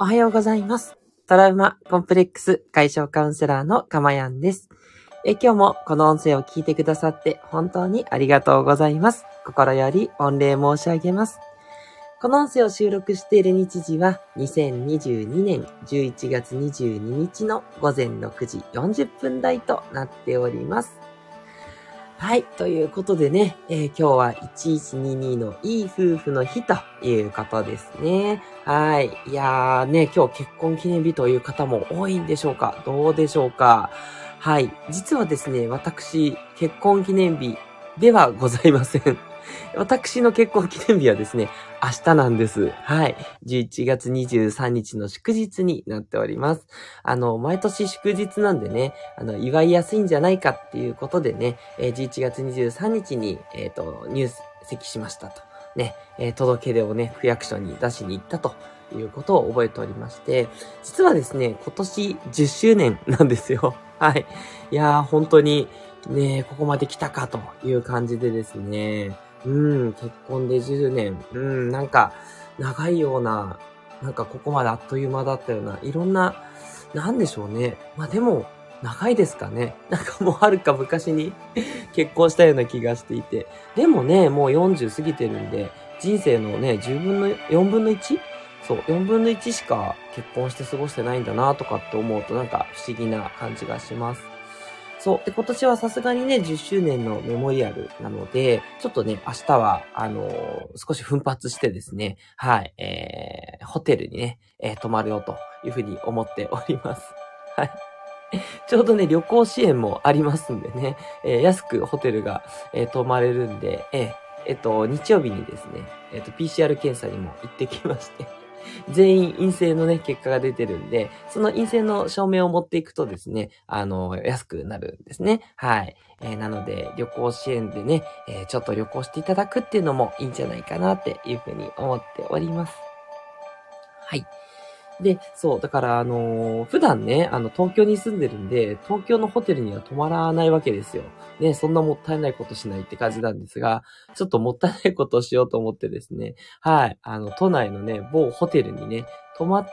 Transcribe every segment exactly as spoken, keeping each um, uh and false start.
おはようございます。トラウマコンプレックス解消カウンセラーのかまやんです。え今日もこの音声を聞いてくださって本当にありがとうございます。心より御礼申し上げます。この音声を収録している日時はにせんにじゅうにねんじゅういちがつにじゅうににちのごぜんろくじよんじゅっぷん台となっております。はい。ということでね、えー、今日はいちいちににのいい夫婦の日ということですね。はい。いやーね、今日結婚記念日という方も多いんでしょうか？どうでしょうか？はい。実はですね、私、結婚記念日ではございません。私の結婚記念日はですね、明日なんです。はい。じゅういちがつにじゅうさんにちの祝日になっております。あの、毎年祝日なんでね、あの、祝いやすいんじゃないかっていうことでね、えー、じゅういちがつにじゅうさんにちに、えっと、入籍しましたと。ね、えー、届け出をね、区役所に出しに行ったということを覚えておりまして、実はですね、今年じゅっしゅうねんなんですよ。はい。いやー、本当にね、ここまで来たかという感じでですね、うん、結婚でじゅうねん。うん、なんか、長いような、なんかここまであっという間だったような、いろんな、なんでしょうね。まあでも、長いですかね。なんかもうはるか昔に結婚したような気がしていて。でもね、もうよんじゅう過ぎてるんで、人生のね、じゅうぶんの、よんぶんの いち？ そう、よんぶんのいちしか結婚して過ごしてないんだなとかって思うとなんか不思議な感じがします。そう。で、今年はさすがにね、じゅっしゅうねんのメモリアルなので、ちょっとね、明日は、あのー、少し奮発してですね、はい、えー、ホテルにね、えー、泊まるよというふうに思っております。はい。ちょうどね、旅行支援もありますんでね、えー、安くホテルが、えー、泊まれるんで、えー、えっと、日曜日にですね、えっと、ピーシーアール 検査にも行ってきまして、全員陰性のね、結果が出てるんで、その陰性の証明を持っていくとですね、あの、安くなるんですね。はい。えー、なので、旅行支援でね、えー、ちょっと旅行していただくっていうのもいいんじゃないかなっていうふうに思っております。はい。で、そう、だから、あのー普段ね、あの、東京に住んでるんで、東京のホテルには泊まらないわけですよ。ね、そんなもったいないことしないって感じなんですが、ちょっともったいないことをしようと思ってですね、はい、あの、都内のね、某ホテルにね、泊まって、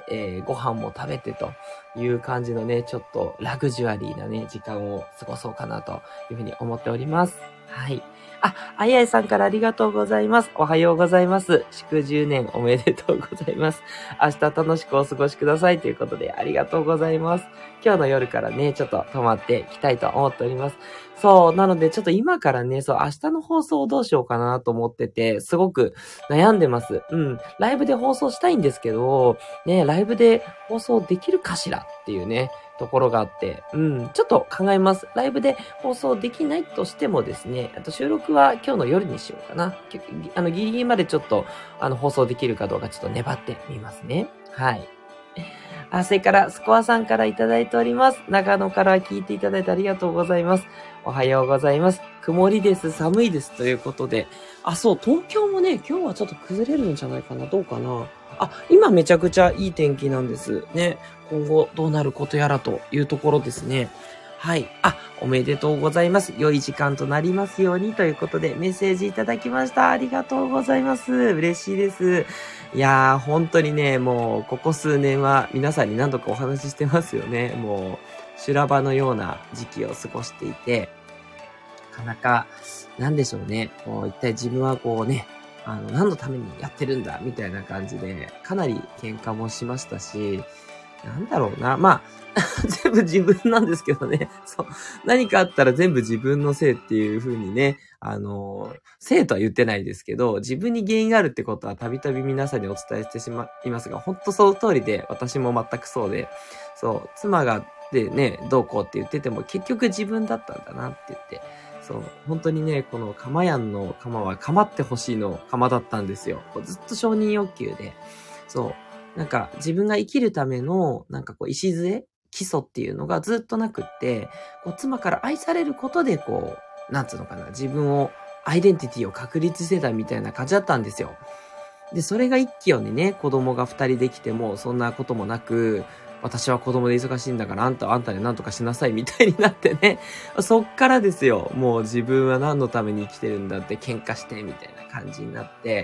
えーご飯も食べてという感じのね、ちょっとラグジュアリーなね、時間を過ごそうかなというふうに思っております。はい。あ、あいあいさんからありがとうございます。おはようございます。祝じゅうねんおめでとうございます。明日楽しくお過ごしくださいということでありがとうございます。今日の夜からね、ちょっと泊まっていきたいと思っております。そう、なのでちょっと今からね、そう、明日の放送をどうしようかなと思ってて、すごく悩んでます。うん。ライブで放送したいんですけど、ね、ライブで放送できるかしらっていうね、ところがあって、うん、ちょっと考えます。ライブで放送できないとしてもですね、あと収録は今日の夜にしようかな。あの、ギリギリまでちょっと、あの、放送できるかどうかちょっと粘ってみますね。はい。あ、それから、スコアさんからいただいております。長野から聞いていただいてありがとうございます。おはようございます。曇りです、寒いです。ということで。あ、そう、東京もね、今日はちょっと崩れるんじゃないかな。どうかな。あ、今めちゃくちゃいい天気なんです。ね。今後どうなることやらというところですね。はい。あ、おめでとうございます。良い時間となりますようにということでメッセージいただきました。ありがとうございます。嬉しいです。いやー、本当にね、もう、ここ数年は皆さんに何度かお話ししてますよね。もう、修羅場のような時期を過ごしていて、なかなか、なんでしょうね。こう、一体自分はこうね、あの、何のためにやってるんだ、みたいな感じで、かなり喧嘩もしましたし、なんだろうな。まあ、全部自分なんですけどね。そう。何かあったら全部自分のせいっていう風にね、あの、せいとは言ってないですけど、自分に原因があるってことはたびたび皆さんにお伝えしてしまいますが、本当その通りで、私も全くそうで、そう、妻がでね、どうこうって言ってても、結局自分だったんだなって言って、そう、本当にね、このかまやんのかまはかまってほしいのかまだったんですよ。ずっと承認欲求で、そう。なんか自分が生きるための、なんかこう、礎基礎っていうのがずっとなくって、こう、妻から愛されることで、こう、なんつうのかな、自分を、アイデンティティを確立してたみたいな感じだったんですよ。で、それが一気にね、子供が二人できても、そんなこともなく、私は子供で忙しいんだから、あんた、あんたで何とかしなさいみたいになってね。そっからですよ。もう自分は何のために生きてるんだって喧嘩して、みたいな感じになって、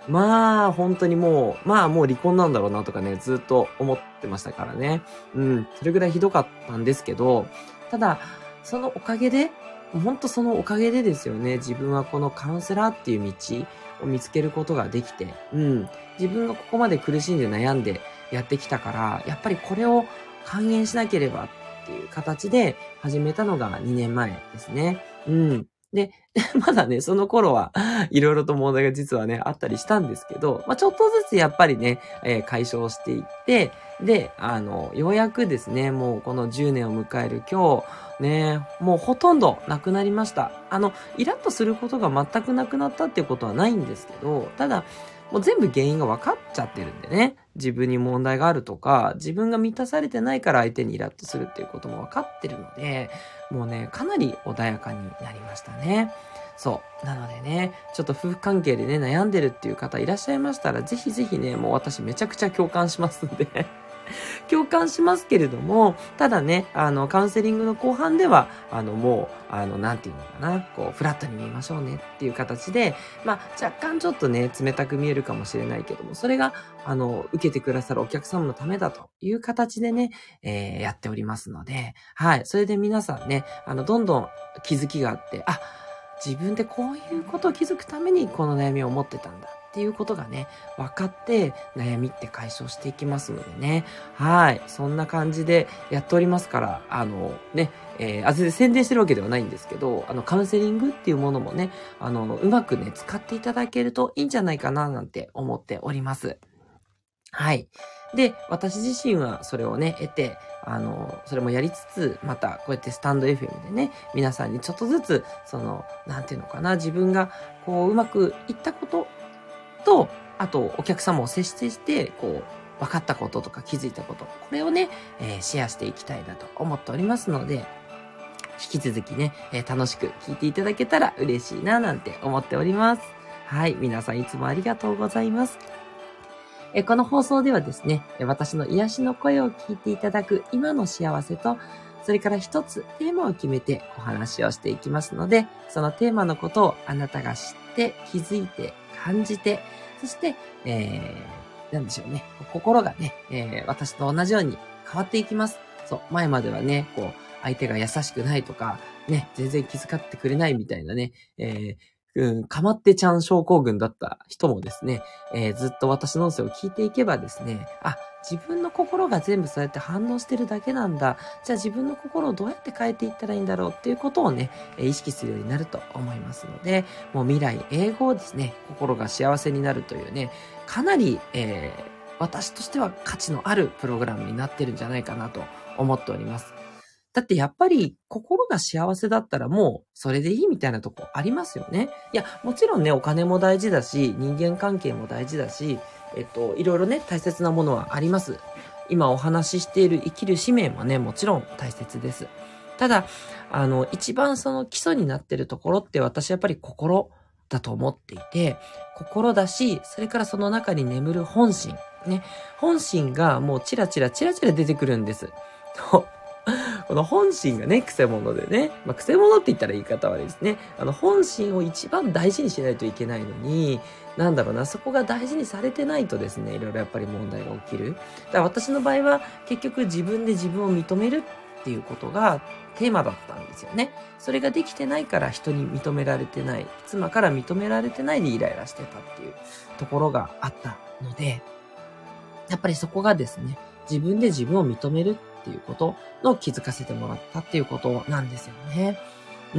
まあ、本当にもう、まあもう離婚なんだろうなとかね、ずっと思ってましたからね。うん、それぐらいひどかったんですけど、ただ、そのおかげで、本当そのおかげでですよね、自分はこのカウンセラーっていう道を見つけることができて、うん、自分がここまで苦しんで悩んでやってきたから、やっぱりこれを還元しなければっていう形で始めたのがにねんまえですね。うん。で、まだね、その頃はいろいろと問題が実はね、あったりしたんですけど、まあ、ちょっとずつやっぱりね、えー解消していって、で、あの、ようやくですね、もうこのじゅうねんを迎える今日、ね、もうほとんどなくなりました。あの、イラッとすることが全くなくなったっていうことはないんですけど、ただ、もう全部原因が分かっちゃってるんでね、自分に問題があるとか、自分が満たされてないから相手にイラッとするっていうことも分かってるので、もうね、かなり穏やかになりましたね。そう。なのでね、ちょっと夫婦関係でね、悩んでるっていう方いらっしゃいましたら、ぜひぜひね、もう私めちゃくちゃ共感しますんで共感しますけれども、ただね、あの、カウンセリングの後半では、あの、もう、あの、なんていうのかな、こう、フラットに見ましょうねっていう形で、まあ、若干ちょっとね、冷たく見えるかもしれないけども、それが、あの、受けてくださるお客様のためだという形でね、えー、やっておりますので、はい。それで皆さんね、あの、どんどん気づきがあって、あ、自分でこういうことを気づくためにこの悩みを持ってたんだっていうことがね、分かって悩みって解消していきますのでね。はい。そんな感じでやっておりますから、あのね、えー、あ、全然宣伝してるわけではないんですけど、あの、カウンセリングっていうものもね、あの、うまくね、使っていただけるといいんじゃないかななんて思っております。はい。で、私自身はそれをね、得て、あの、それもやりつつ、またこうやってスタンド エフエム でね、皆さんにちょっとずつ、その、なんていうのかな、自分がこう、うまくいったことと、あと、お客様を接してして、こう、分かったこととか気づいたこと、これをね、えーシェアしていきたいなと思っておりますので、引き続きね、えー楽しく聞いていただけたら嬉しいな、なんて思っております。はい。皆さんいつもありがとうございます。えこの放送ではですね、私の癒しの声を聞いていただく今の幸せと、それから一つテーマを決めてお話をしていきますので、そのテーマのことをあなたが知って、気づいて、感じて、そして、えー、なんでしょうね、心がね、えー、私と同じように変わっていきます。そう、前まではね、こう、相手が優しくないとか、ね、全然気遣ってくれないみたいなね、えーうん、かまってちゃん症候群だった人もですね、えーずっと私の音声を聞いていけばですね、あ、自分の心が全部そうやって反応してるだけなんだ。じゃあ自分の心をどうやって変えていったらいいんだろうっていうことをね、意識するようになると思いますので、もう未来永劫ですね、心が幸せになるというね、かなり、えー私としては価値のあるプログラムになってるんじゃないかなと思っております。だってやっぱり心が幸せだったらもうそれでいいみたいなとこありますよね。いや、もちろんね、お金も大事だし、人間関係も大事だし、えっと、いろいろね、大切なものはあります。今お話ししている生きる使命もね、もちろん大切です。ただ、あの、一番その基礎になってるところって私やっぱり心だと思っていて、心だし、それからその中に眠る本心。ね。本心がもうチラチラチラチラ出てくるんです。この本心がね、癖者でね。まあ、癖者って言ったら言い方悪いですね。あの、本心を一番大事にしないといけないのに、なんだろうな、そこが大事にされてないとですね、いろいろやっぱり問題が起きる。だから私の場合は、結局自分で自分を認めるっていうことがテーマだったんですよね。それができてないから人に認められてない。妻から認められてないでイライラしてたっていうところがあったので、やっぱりそこがですね、自分で自分を認めるっていうことの気づかせてもらったっていうことなんですよね。うん、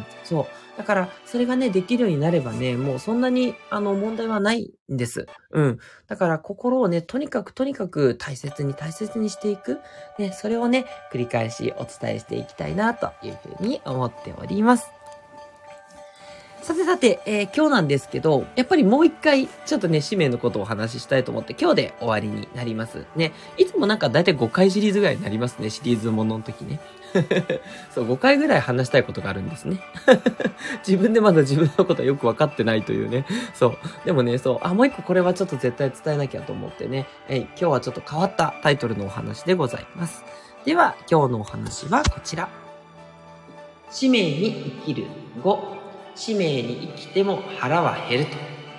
そう。だから、それがね、できるようになればね、もうそんなに、あの、問題はないんです。うん。だから、心をね、とにかくとにかく大切に大切にしていく。ね、それをね、繰り返しお伝えしていきたいな、というふうに思っております。さてさて、えー、今日なんですけど、やっぱりもう一回、ちょっとね、使命のことをお話ししたいと思って、今日で終わりになりますね。いつもなんかだいたいごかいシリーズぐらいになりますね、シリーズものの時ね。そう、ごかいぐらい話したいことがあるんですね。自分でまだ自分のことはよくわかってないというね。そう。でもね、そう、あ、もう一個これはちょっと絶対伝えなきゃと思ってね、えー、今日はちょっと変わったタイトルのお話でございます。では、今日のお話はこちら。使命に生きるご。使命に生きても腹は減ると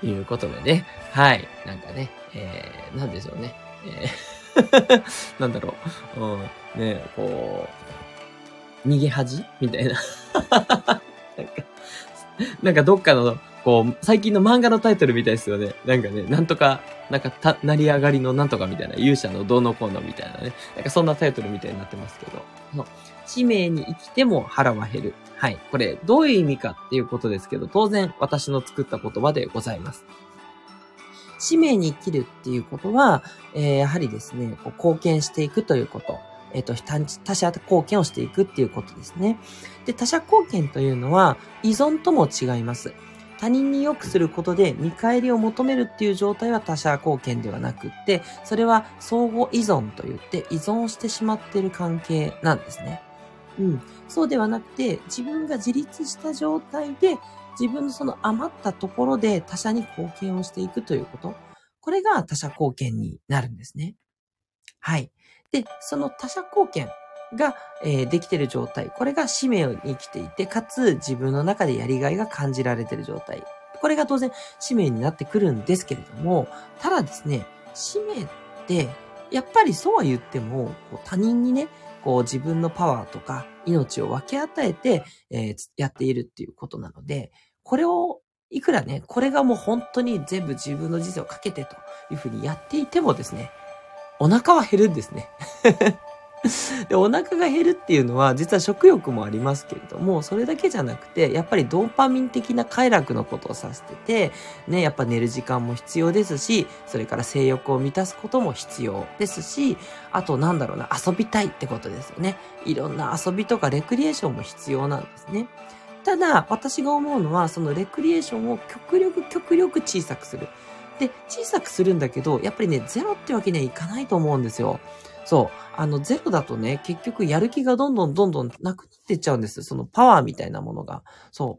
いうことでね。はい。なんかね、えー、なんでしょうね。えー、なんだろう。うん。ね、こう、逃げ恥みたいな。なんか、なんかどっかの、こう、最近の漫画のタイトルみたいですよね。なんかね、なんとか、なんか、た、成り上がりのなんとかみたいな、勇者のどうのこうのみたいなね。なんかそんなタイトルみたいになってますけど。の使命に生きても腹は減る。はい。これ、どういう意味かっていうことですけど、当然、私の作った言葉でございます。使命に生きるっていうことは、えー、やはりですね、こう貢献していくということ。えっと、他者貢献をしていくっていうことですね。で、他者貢献というのは依存とも違います。他人に良くすることで見返りを求めるっていう状態は他者貢献ではなくって、それは相互依存といって依存してしまっている関係なんですね。うん。そうではなくて、自分が自立した状態で、自分のその余ったところで他者に貢献をしていくということ。これが他者貢献になるんですね。はい。で、その他者貢献が、えー、できている状態。これが使命に生きていて、かつ自分の中でやりがいが感じられている状態。これが当然使命になってくるんですけれども、ただですね、使命って、やっぱりそうは言っても、こう他人にね、こう自分のパワーとか命を分け与えて、えー、やっているっていうことなので、これをいくらね、これがもう本当に全部自分の人生をかけてというふうにやっていてもですね、お腹は減るんですね。で、お腹が減るっていうのは、実は食欲もありますけれども、それだけじゃなくて、やっぱりドーパミン的な快楽のことを指してて、ね、やっぱ寝る時間も必要ですし、それから性欲を満たすことも必要ですし、あとなんだろうな、遊びたいってことですよね。いろんな遊びとかレクリエーションも必要なんですね。ただ、私が思うのは、そのレクリエーションを極力極力小さくする。で、小さくするんだけど、やっぱりね、ゼロってわけにはいかないと思うんですよ。そう。あの、ゼロだとね、結局やる気がどんどんどんどんなくなっていっちゃうんです。そのパワーみたいなものが。そう。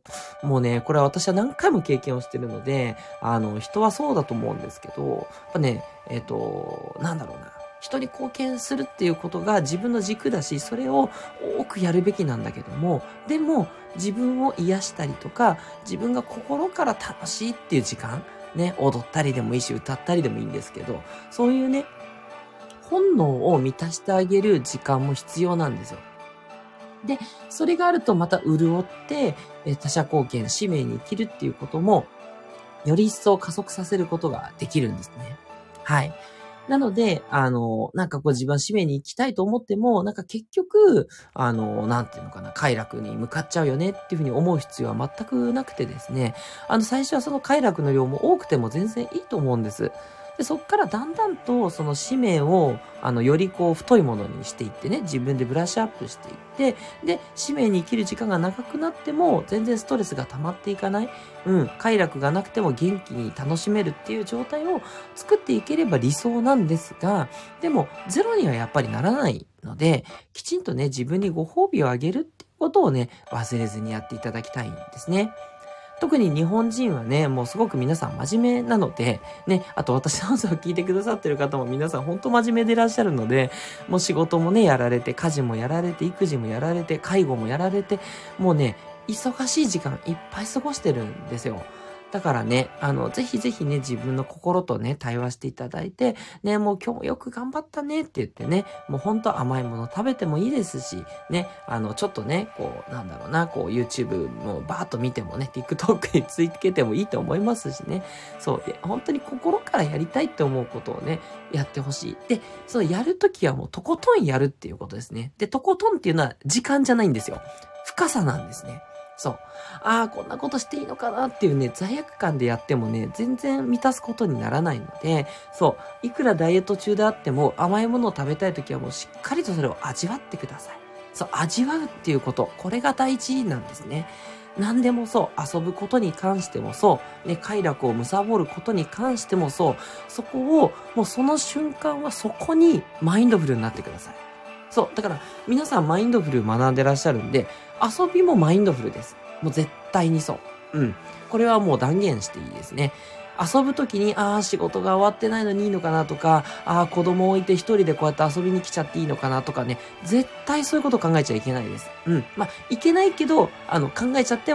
もうね、これは私は何回も経験をしてるので、あの、人はそうだと思うんですけど、やっぱね、えっと、なんだろうな。人に貢献するっていうことが自分の軸だし、それを多くやるべきなんだけども、でも自分を癒したりとか、自分が心から楽しいっていう時間、ね、踊ったりでもいいし、歌ったりでもいいんですけど、そういうね、本能を満たしてあげる時間も必要なんですよ。で、それがあるとまた潤って、他者貢献、使命に生きるっていうことも、より一層加速させることができるんですね。はい。なので、あの、なんかこう自分は使命に行きたいと思っても、なんか結局、あの、なんていうのかな、快楽に向かっちゃうよねっていうふうに思う必要は全くなくてですね、あの、最初はその快楽の量も多くても全然いいと思うんです。で、そっからだんだんとその使命を、あの、よりこう太いものにしていってね、自分でブラッシュアップしていって、で、使命に生きる時間が長くなっても、全然ストレスが溜まっていかない。うん、快楽がなくても元気に楽しめるっていう状態を作っていければ理想なんですが、でもゼロにはやっぱりならないので、きちんとね、自分にご褒美をあげるってことをね、忘れずにやっていただきたいんですね。特に日本人はね、もうすごく皆さん真面目なので、ね、あと私の音声を聞いてくださってる方も皆さん本当真面目でいらっしゃるので、もう仕事もね、やられて、家事もやられて、育児もやられて、介護もやられて、もうね、忙しい時間いっぱい過ごしてるんですよ。だからね、あの、ぜひぜひね、自分の心とね、対話していただいて、ね、もう今日もよく頑張ったねって言ってね、もうほんと甘いもの食べてもいいですし、ね、あの、ちょっとね、こう、なんだろうな、こう、YouTube もバーッと見てもね、TikTok につけてもいいと思いますしね、そう、本当に心からやりたいって思うことをね、やってほしい。で、そのやるときはもうとことんやるっていうことですね。で、とことんっていうのは時間じゃないんですよ。深さなんですね。そう。ああ、こんなことしていいのかなっていうね、罪悪感でやってもね、全然満たすことにならないので、そう、いくらダイエット中であっても、甘いものを食べたいときはもうしっかりとそれを味わってください。そう、味わうっていうこと、これが大事なんですね。何でもそう、遊ぶことに関してもそう、ね、快楽を貪ることに関してもそう、そこを、もうその瞬間はそこにマインドフルになってください。そう。だから、皆さんマインドフル学んでらっしゃるんで、遊びもマインドフルです。もう絶対にそう。うん。これはもう断言していいですね。遊ぶときに、ああ、仕事が終わってないのにいいのかなとか、ああ、子供を置いて一人でこうやって遊びに来ちゃっていいのかなとかね、絶対そういうこと考えちゃいけないです。うん。まあ、いけないけど、あの、考えちゃっても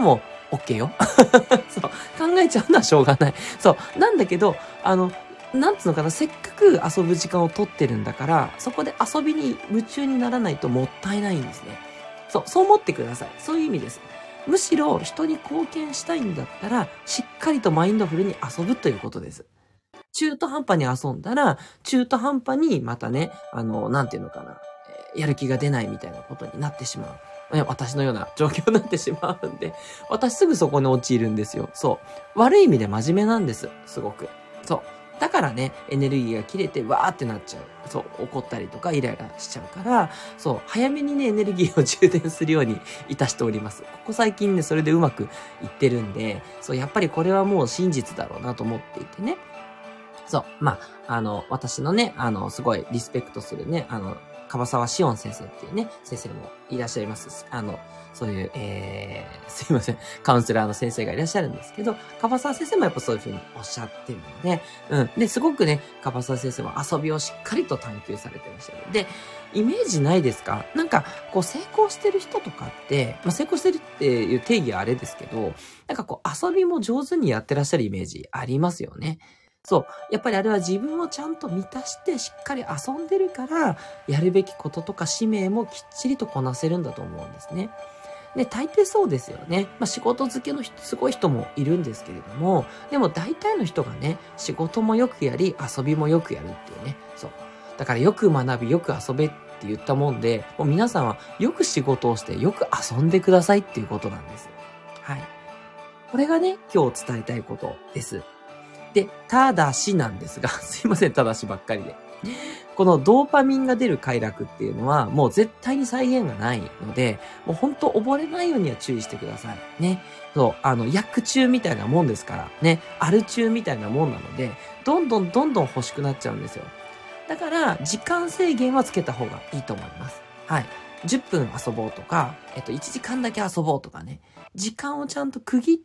OK よ。そう。考えちゃうのはしょうがない。そう。なんだけど、あの、なんつうのかな、せっかく遊ぶ時間を取ってるんだから、そこで遊びに夢中にならないともったいないんですね。そう、そう思ってください。そういう意味です。むしろ人に貢献したいんだったら、しっかりとマインドフルに遊ぶということです。中途半端に遊んだら、中途半端にまたね、あの、なんていうのかな、えーやる気が出ないみたいなことになってしまう。ね私のような状況になってしまうんで、私すぐそこに陥るんですよ。そう。悪い意味で真面目なんです。すごく。そう。だからね、エネルギーが切れてわーってなっちゃう。そう、怒ったりとかイライラしちゃうから、そう、早めにね、エネルギーを充電するようにいたしております。ここ最近ね、それでうまくいってるんで、そう、やっぱりこれはもう真実だろうなと思っていてね。そう。まあ、あの、私のね、あの、すごいリスペクトするね、あの、樺沢志音先生っていうね、先生もいらっしゃいます。あの、そういう、えー、すいません、カウンセラーの先生がいらっしゃるんですけど、樺沢先生もやっぱそういうふうにおっしゃってるので、うん。で、すごくね、樺沢先生も遊びをしっかりと探求されてらっしゃる。で、イメージないですか？なんか、こう成功してる人とかって、まあ、成功してるっていう定義はあれですけど、なんかこう遊びも上手にやってらっしゃるイメージありますよね。そう。やっぱりあれは自分をちゃんと満たしてしっかり遊んでるから、やるべきこととか使命もきっちりとこなせるんだと思うんですね。で、大抵そうですよね。まあ仕事漬けの人、すごい人もいるんですけれども、でも大体の人がね、仕事もよくやり、遊びもよくやるっていうね。そう。だからよく学び、よく遊べって言ったもんで、もう皆さんはよく仕事をしてよく遊んでくださいっていうことなんです。はい。これがね、今日伝えたいことです。で、ただしなんですが、すいません、ただしばっかりで。このドーパミンが出る快楽っていうのは、もう絶対に再現がないので、もうほんと溺れないようには注意してください。ね。そう、あの、薬中みたいなもんですから、ね。アル中みたいなもんなので、どんどんどんどん欲しくなっちゃうんですよ。だから、時間制限はつけた方がいいと思います。はい。じゅっぷん遊ぼうとか、えっと、いちじかんだけ遊ぼうとかね。時間をちゃんと区切って、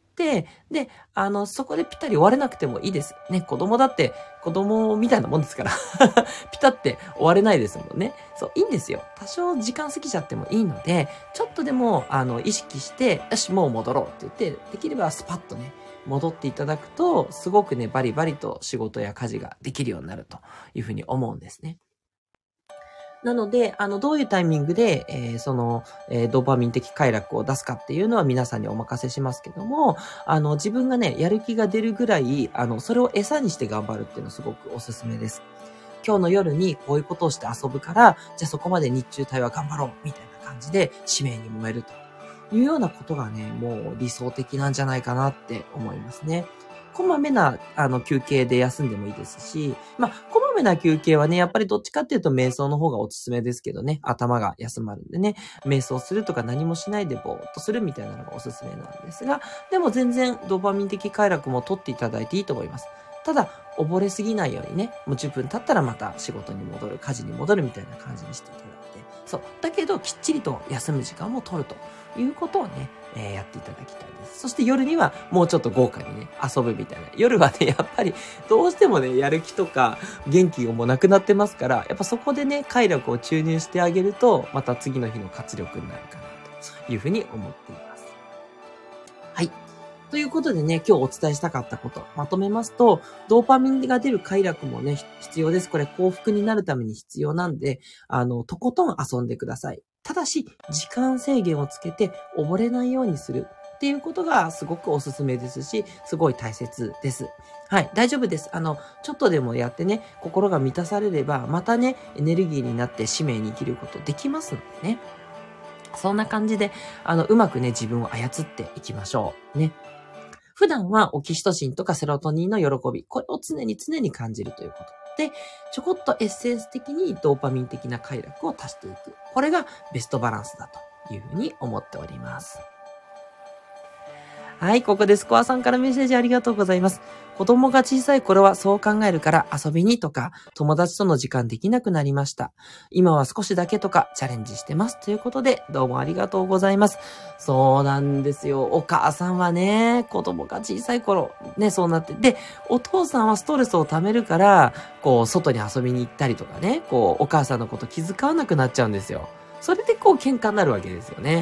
で、あの、そこでぴったり終われなくてもいいです。ね、子供だって、子供みたいなもんですから。ピタって終われないですもんね。そう、いいんですよ。多少時間過ぎちゃってもいいので、ちょっとでも、あの、意識して、よし、もう戻ろうって言って、できればスパッとね、戻っていただくと、すごくね、バリバリと仕事や家事ができるようになるというふうに思うんですね。なので、あの、どういうタイミングで、えー、その、えー、ドーパミン的快楽を出すかっていうのは皆さんにお任せしますけども、あの、自分がね、やる気が出るぐらい、あの、それを餌にして頑張るっていうのすごくおすすめです。今日の夜にこういうことをして遊ぶから、じゃあそこまで日中対話頑張ろうみたいな感じで使命に燃えるというようなことがね、もう理想的なんじゃないかなって思いますね。こまめな、あの、休憩で休んでもいいですし、まあ、こまめな休憩はね、やっぱりどっちかっていうと瞑想の方がおすすめですけどね、頭が休まるんでね、瞑想するとか何もしないでぼーっとするみたいなのがおすすめなんですが、でも全然ドーパミン的快楽も取っていただいていいと思います。ただ、溺れすぎないようにね、もうじゅっぷん経ったらまた仕事に戻る、家事に戻るみたいな感じにしていただいて、そう。だけど、きっちりと休む時間も取るということをね、えー、やっていただきたいです。そして夜にはもうちょっと豪華にね、遊ぶみたいな。夜はね、やっぱりどうしてもね、やる気とか元気がもうなくなってますから、やっぱそこでね、快楽を注入してあげると、また次の日の活力になるかなというふうに思っています。はい。ということでね、今日お伝えしたかったこと、まとめますと、ドーパミンが出る快楽もね、必要です。これ幸福になるために必要なんで、あの、とことん遊んでください。ただし、時間制限をつけて溺れないようにするっていうことがすごくおすすめですし、すごい大切です。はい、大丈夫です。あの、ちょっとでもやってね、心が満たされれば、またね、エネルギーになって使命に生きることできますのでね。そんな感じで、あの、うまくね、自分を操っていきましょう。ね。普段はオキシトシンとかセロトニンの喜び、これを常に常に感じるということで、ちょこっとエッセンス的にドーパミン的な快楽を足していく。これがベストバランスだというふうに思っております。はい、ここでスコアさんからメッセージありがとうございます。子供が小さい頃はそう考えるから遊びにとか友達との時間できなくなりました。今は少しだけとかチャレンジしてます。ということでどうもありがとうございます。そうなんですよ。お母さんはね、子供が小さい頃ね、そうなって。で、お父さんはストレスを溜めるから、こう外に遊びに行ったりとかね、こうお母さんのこと気遣わなくなっちゃうんですよ。それでこう喧嘩になるわけですよね。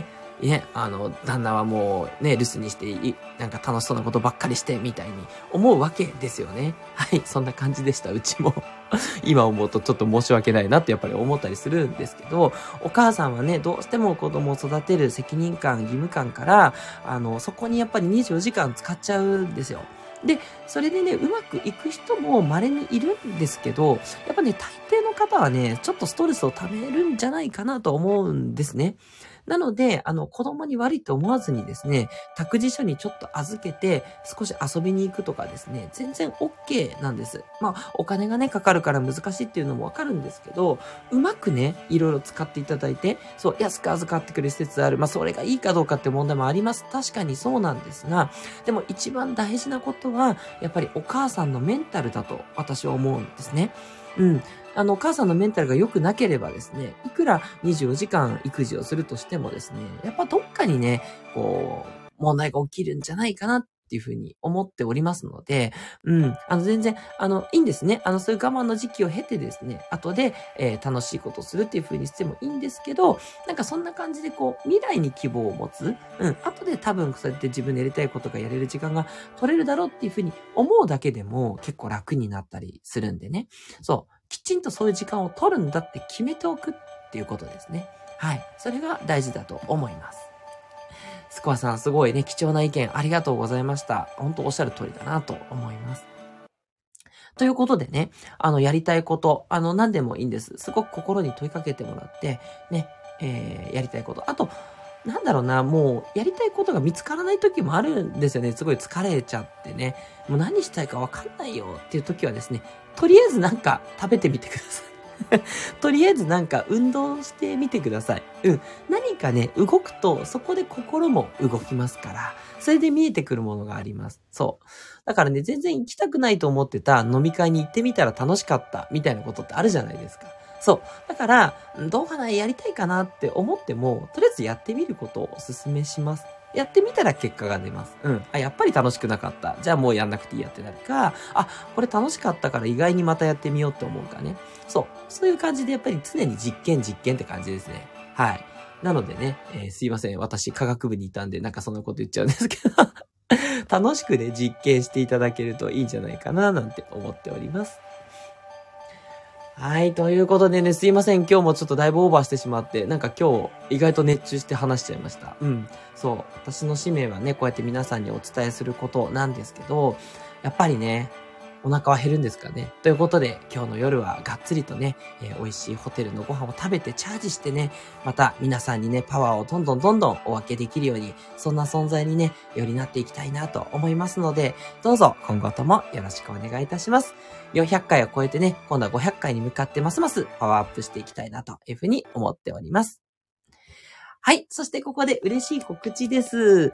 ね、あの、旦那はもうね、留守にしてい、なんか楽しそうなことばっかりして、みたいに思うわけですよね。はい、そんな感じでした、うちも。今思うとちょっと申し訳ないなってやっぱり思ったりするんですけど、お母さんはね、どうしても子供を育てる責任感、義務感から、あの、そこにやっぱりにじゅうよじかん使っちゃうんですよ。で、それでね、うまくいく人も稀にいるんですけど、やっぱね、大抵の方はね、ちょっとストレスを溜めるんじゃないかなと思うんですね。なので、あの、子供に悪いと思わずにですね、託児所にちょっと預けて、少し遊びに行くとかですね、全然 OK なんです。まあ、お金がね、かかるから難しいっていうのもわかるんですけど、うまくね、いろいろ使っていただいて、そう、安く預かってくれる施設ある。まあ、それがいいかどうかって問題もあります。確かにそうなんですが、でも一番大事なことは、やっぱりお母さんのメンタルだと私は思うんですね。うん。あの、お母さんのメンタルが良くなければですね、いくらにじゅうよじかん育児をするとしてもですね、やっぱどっかにね、こう、問題が起きるんじゃないかなっていうふうに思っておりますので、うん。あの、全然、あの、いいんですね。あの、そういう我慢の時期を経てですね、後で、えー、楽しいことをするっていうふうにしてもいいんですけど、なんかそんな感じでこう、未来に希望を持つ。うん。後で多分そうやって自分でやりたいことがやれる時間が取れるだろうっていうふうに思うだけでも結構楽になったりするんでね。そう。きちんとそういう時間を取るんだって決めておくっていうことですね。はい。それが大事だと思います。スコアさん、すごいね、貴重な意見ありがとうございました。本当おっしゃる通りだなと思います。ということでね、あの、やりたいこと、あの、何でもいいんです。すごく心に問いかけてもらって、ね、えー、やりたいこと。あと、なんだろうな、もう、やりたいことが見つからない時もあるんですよね。すごい疲れちゃってね。もう何したいかわかんないよっていう時はですね、とりあえずなんか食べてみてください。とりあえずなんか運動してみてください。うん。何かね、動くと、そこで心も動きますから、それで見えてくるものがあります。そう。だからね、全然行きたくないと思ってた飲み会に行ってみたら楽しかった、みたいなことってあるじゃないですか。そう。だから、どうかな、やりたいかなって思っても、とりあえずやってみることをお勧めします。やってみたら結果が出ます。うん。あ、やっぱり楽しくなかった。じゃあもうやんなくていいやってなるか、あ、これ楽しかったから意外にまたやってみようって思うかね。そう。そういう感じでやっぱり常に実験実験って感じですね。はい。なのでね、えー、すいません。私科学部にいたんでなんかそんなこと言っちゃうんですけど。楽しくね、実験していただけるといいんじゃないかななんて思っております。はい。ということでね、すいません。今日もちょっとだいぶオーバーしてしまって、なんか今日意外と熱中して話しちゃいました。うん。そう。私の使命はね、こうやって皆さんにお伝えすることなんですけど、やっぱりね、お腹は減るんですかね。ということで、今日の夜はがっつりとね、えー、美味しいホテルのご飯を食べてチャージしてね、また皆さんにね、パワーをどんどんどんどんお分けできるように、そんな存在にね、よりなっていきたいなと思いますので、どうぞ今後ともよろしくお願いいたします。よんひゃっかいを超えてね、今度はごひゃっかいに向かってますますパワーアップしていきたいなというふうに思っております。はい。そしてここで嬉しい告知です。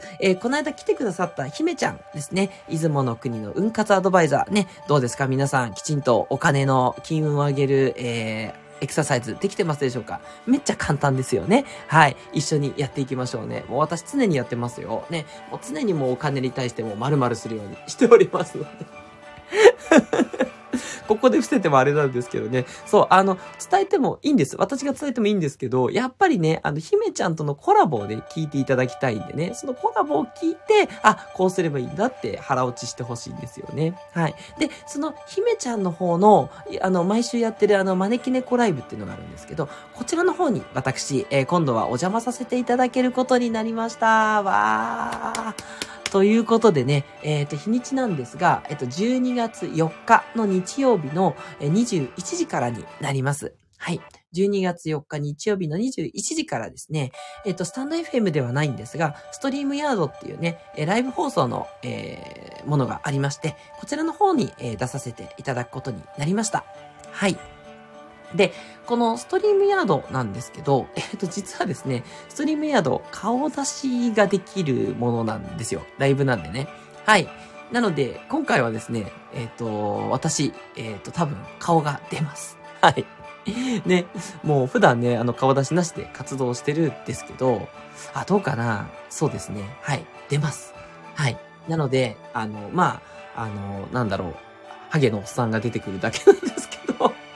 えー、この間来てくださった姫ちゃんですね。出雲の国の運活アドバイザーね。どうですか皆さん、きちんとお金の金運を上げる、えー、エクササイズできてますでしょうか？めっちゃ簡単ですよね。はい。一緒にやっていきましょうね。もう私常にやってますよ。ね。もう常にもうお金に対しても丸々するようにしておりますので。ここで伏せてもあれなんですけどね。そう、あの、伝えてもいいんです。私が伝えてもいいんですけど、やっぱりね、あの、姫ちゃんとのコラボをね、聞いていただきたいんでね、そのコラボを聞いて、あ、こうすればいいんだって腹落ちしてほしいんですよね。はい。で、その姫ちゃんの方の、あの、毎週やってるあの、招き猫ライブっていうのがあるんですけど、こちらの方に私、えー、今度はお邪魔させていただけることになりました。わー。ということでね、えっと、日にちなんですが、えっと、じゅうにがつよっかの日曜日のにじゅういちじからになります。はい。じゅうにがつよっか日曜日のにじゅういちじからですね、えっと、スタンド エフエム ではないんですが、ストリームヤードっていうね、ライブ放送の、えー、ものがありまして、こちらの方に、えー、出させていただくことになりました。はい。で、このストリームヤードなんですけど、えっと、実はですね、ストリームヤード、顔出しができるものなんですよ。ライブなんでね。はい。なので、今回はですね、えっと、私、えっと、多分、顔が出ます。はい。ね、もう普段ね、あの、顔出しなしで活動してるんですけど、あ、どうかな？そうですね。はい。出ます。はい。なので、あの、まあ、あの、なんだろう、ハゲのおっさんが出てくるだけなんですけど、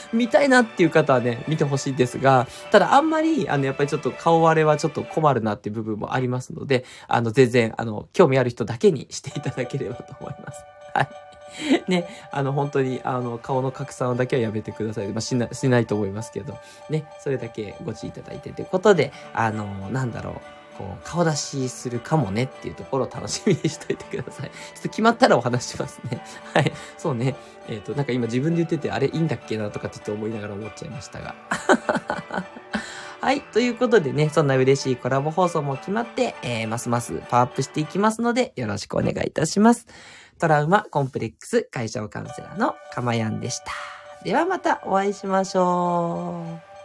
見たいなっていう方はね、見てほしいですが、ただあんまり、あの、やっぱりちょっと顔割れはちょっと困るなっていう部分もありますので、あの、全然、あの、興味ある人だけにしていただければと思います。はい。ね、あの、本当に、あの、顔の拡散だけはやめてください。まあ、しな、しないと思いますけど、ね、それだけご注意いただいてということで、あの、なんだろう。こう、顔出しするかもねっていうところを楽しみにしといてください。ちょっと決まったらお話しますね。はい。そうね。えっと、なんか今自分で言ってて、あれいいんだっけなとかちょっと思いながら思っちゃいましたが。はい。ということでね、そんな嬉しいコラボ放送も決まって、えー、ますますパワーアップしていきますので、よろしくお願いいたします。トラウマコンプレックス解消カウンセラーのかまやんでした。ではまたお会いしましょう。